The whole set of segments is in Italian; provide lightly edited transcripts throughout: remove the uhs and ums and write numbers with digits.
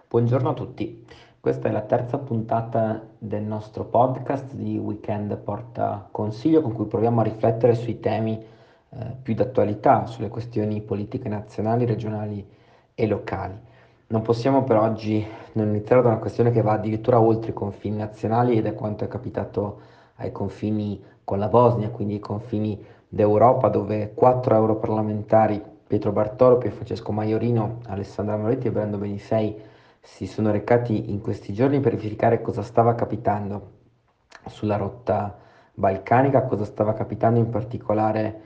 Buongiorno a tutti, questa è la terza puntata del nostro podcast di Weekend Porta Consiglio con cui proviamo a riflettere sui temi più d'attualità, sulle questioni politiche nazionali, regionali e locali. Non possiamo per oggi non iniziare da una questione che va addirittura oltre i confini nazionali ed è quanto è capitato ai confini con la Bosnia, quindi ai confini d'Europa, dove quattro europarlamentari, Pietro Bartolo, Pier Francesco Maiorino, Alessandra Moretti e Brando Benifei, si sono recati in questi giorni per verificare cosa stava capitando sulla rotta balcanica, cosa stava capitando in particolare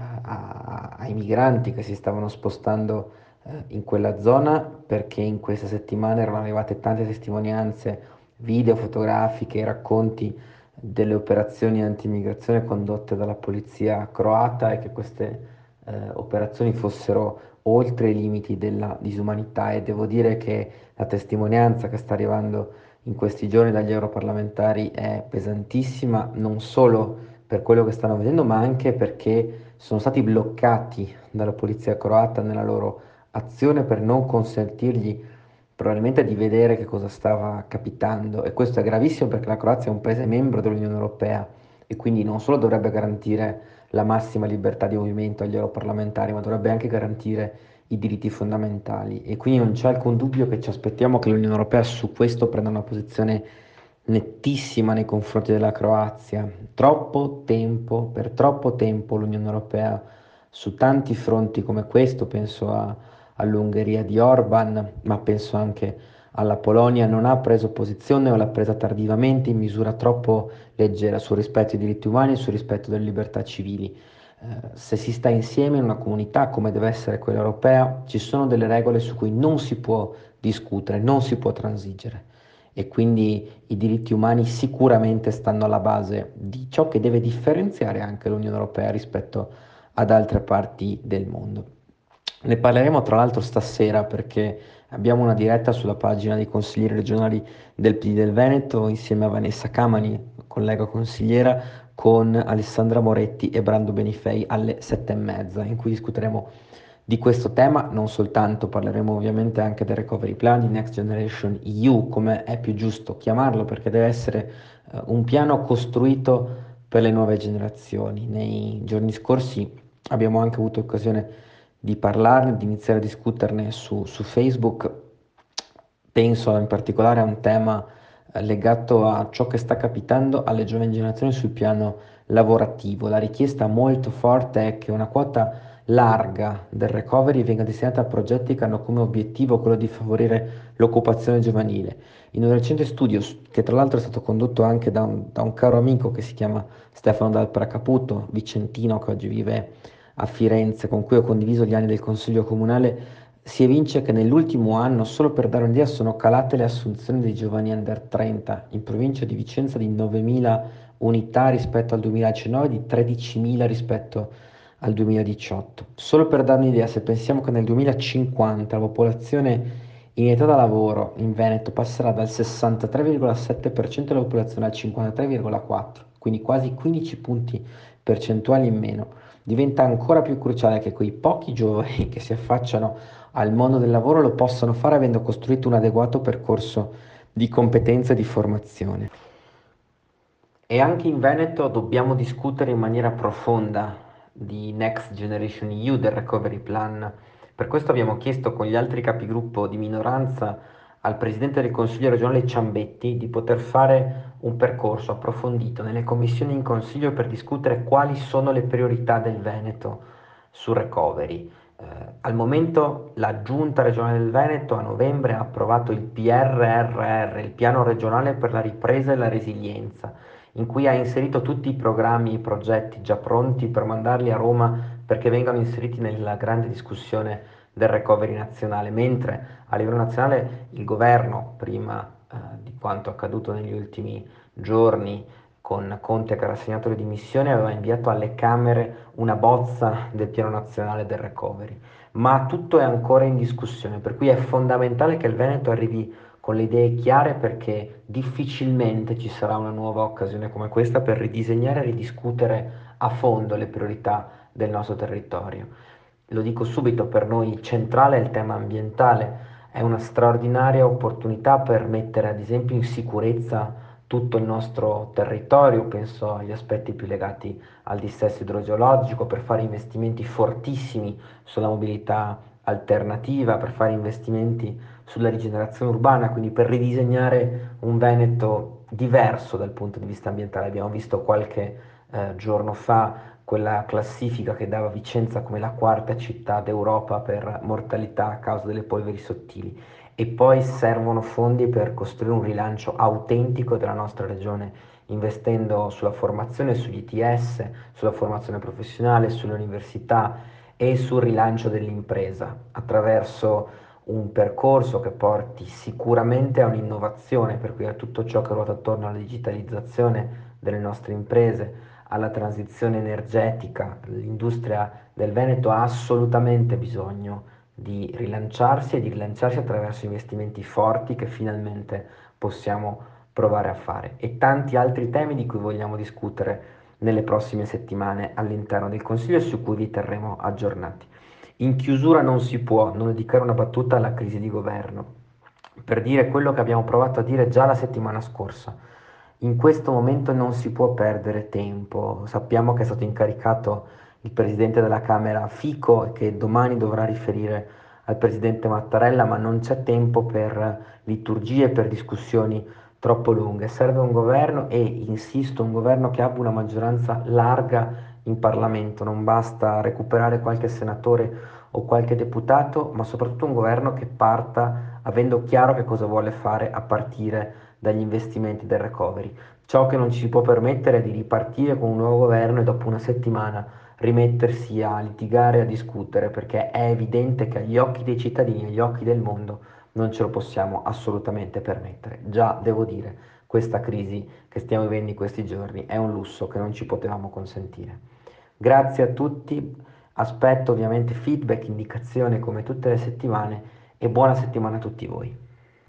ai migranti che si stavano spostando in quella zona, perché in queste settimane erano arrivate tante testimonianze, video, fotografiche, racconti delle operazioni anti-immigrazione condotte dalla polizia croata e che queste operazioni fossero oltre i limiti della disumanità, e devo dire che la testimonianza che sta arrivando in questi giorni dagli europarlamentari è pesantissima, non solo per quello che stanno vedendo, ma anche perché sono stati bloccati dalla polizia croata nella loro azione per non consentirgli probabilmente di vedere che cosa stava capitando. E questo è gravissimo perché la Croazia è un paese membro dell'Unione Europea e quindi non solo dovrebbe garantire la massima libertà di movimento agli europarlamentari, ma dovrebbe anche garantire i diritti fondamentali. E quindi non c'è alcun dubbio che ci aspettiamo che l'Unione Europea su questo prenda una posizione nettissima nei confronti della Croazia. Troppo tempo, per troppo tempo l'Unione Europea su tanti fronti come questo, all'Ungheria di Orban, ma penso anche alla Polonia, non ha preso posizione o l'ha presa tardivamente in misura troppo leggera sul rispetto dei diritti umani e sul rispetto delle libertà civili. Se si sta insieme in una comunità come deve essere quella europea, ci sono delle regole su cui non si può discutere, non si può transigere. E quindi i diritti umani sicuramente stanno alla base di ciò che deve differenziare anche l'Unione Europea rispetto ad altre parti del mondo. Ne parleremo tra l'altro stasera perché abbiamo una diretta sulla pagina dei consiglieri regionali del PD del Veneto insieme a Vanessa Camani, collega consigliera, con Alessandra Moretti e Brando Benifei alle 7:30, in cui discuteremo di questo tema. Non soltanto, parleremo ovviamente anche del recovery plan, di Next Generation EU, come è più giusto chiamarlo, perché deve essere un piano costruito per le nuove generazioni. Nei giorni scorsi abbiamo anche avuto occasione di parlarne, di iniziare a discuterne su Facebook. Penso in particolare a un tema legato a ciò che sta capitando alle giovani generazioni sul piano lavorativo. La richiesta molto forte è che una quota larga del recovery venga destinata a progetti che hanno come obiettivo quello di favorire l'occupazione giovanile. In un recente studio, che tra l'altro è stato condotto anche da un caro amico che si chiama Stefano Dal Pracaputo, vicentino, che oggi vive a Firenze, con cui ho condiviso gli anni del Consiglio Comunale, si evince che nell'ultimo anno, solo per dare un'idea, sono calate le assunzioni dei giovani under 30 in provincia di Vicenza di 9.000 unità rispetto al 2019, di 13.000 rispetto al 2018. Solo per dare un'idea, se pensiamo che nel 2050 la popolazione in età da lavoro in Veneto passerà dal 63,7% della popolazione al 53,4%, quindi quasi 15 punti percentuali in meno, diventa ancora più cruciale che quei pochi giovani che si affacciano al mondo del lavoro lo possano fare avendo costruito un adeguato percorso di competenze e di formazione. E anche in Veneto dobbiamo discutere in maniera profonda di Next Generation EU, del Recovery Plan. Per questo abbiamo chiesto con gli altri capigruppo di minoranza al Presidente del Consiglio regionale Ciambetti di poter fare un percorso approfondito nelle commissioni in Consiglio per discutere quali sono le priorità del Veneto sul recovery. Al momento la Giunta regionale del Veneto a novembre ha approvato il PRRR, il Piano regionale per la ripresa e la resilienza, in cui ha inserito tutti i programmi e i progetti già pronti per mandarli a Roma perché vengano inseriti nella grande discussione del recovery nazionale, mentre a livello nazionale il governo, prima di quanto accaduto negli ultimi giorni con Conte che ha rassegnato le dimissioni, aveva inviato alle Camere una bozza del piano nazionale del recovery. Ma tutto è ancora in discussione, per cui è fondamentale che il Veneto arrivi con le idee chiare perché difficilmente ci sarà una nuova occasione come questa per ridisegnare e ridiscutere a fondo le priorità del nostro territorio. Lo dico subito, per noi centrale è il tema ambientale, è è una straordinaria opportunità per mettere ad esempio in sicurezza tutto il nostro territorio, penso agli aspetti più legati al dissesto idrogeologico, per fare investimenti fortissimi sulla mobilità alternativa, per fare investimenti sulla rigenerazione urbana, quindi per ridisegnare un Veneto diverso dal punto di vista ambientale. Abbiamo visto qualche giorno fa quella classifica che dava Vicenza come la quarta città d'Europa per mortalità a causa delle polveri sottili. E poi servono fondi per costruire un rilancio autentico della nostra regione, investendo sulla formazione, sugli ITS, sulla formazione professionale, sulle università e sul rilancio dell'impresa, attraverso un percorso che porti sicuramente a un'innovazione, per cui a tutto ciò che ruota attorno alla digitalizzazione delle nostre imprese, alla transizione energetica. L'industria del Veneto ha assolutamente bisogno di rilanciarsi e di rilanciarsi attraverso investimenti forti che finalmente possiamo provare a fare. E tanti altri temi di cui vogliamo discutere nelle prossime settimane all'interno del Consiglio e su cui vi terremo aggiornati. In chiusura non si può non dedicare una battuta alla crisi di governo, per dire quello che abbiamo provato a dire già la settimana scorsa. In questo momento non si può perdere tempo. Sappiamo che è stato incaricato il presidente della Camera Fico e che domani dovrà riferire al presidente Mattarella, ma non c'è tempo per liturgie, per discussioni troppo lunghe. Serve un governo e, insisto, un governo che abbia una maggioranza larga in Parlamento. Non basta recuperare qualche senatore o qualche deputato, ma soprattutto un governo che parta avendo chiaro che cosa vuole fare a partire dagli investimenti del recovery. Ciò che non ci si può permettere è di ripartire con un nuovo governo e dopo una settimana rimettersi a litigare, a discutere, perché è evidente che agli occhi dei cittadini, agli occhi del mondo, non ce lo possiamo assolutamente permettere. Già, devo dire, questa crisi che stiamo vivendo in questi giorni è un lusso che non ci potevamo consentire. Grazie a tutti, aspetto ovviamente feedback, indicazioni come tutte le settimane e buona settimana a tutti voi.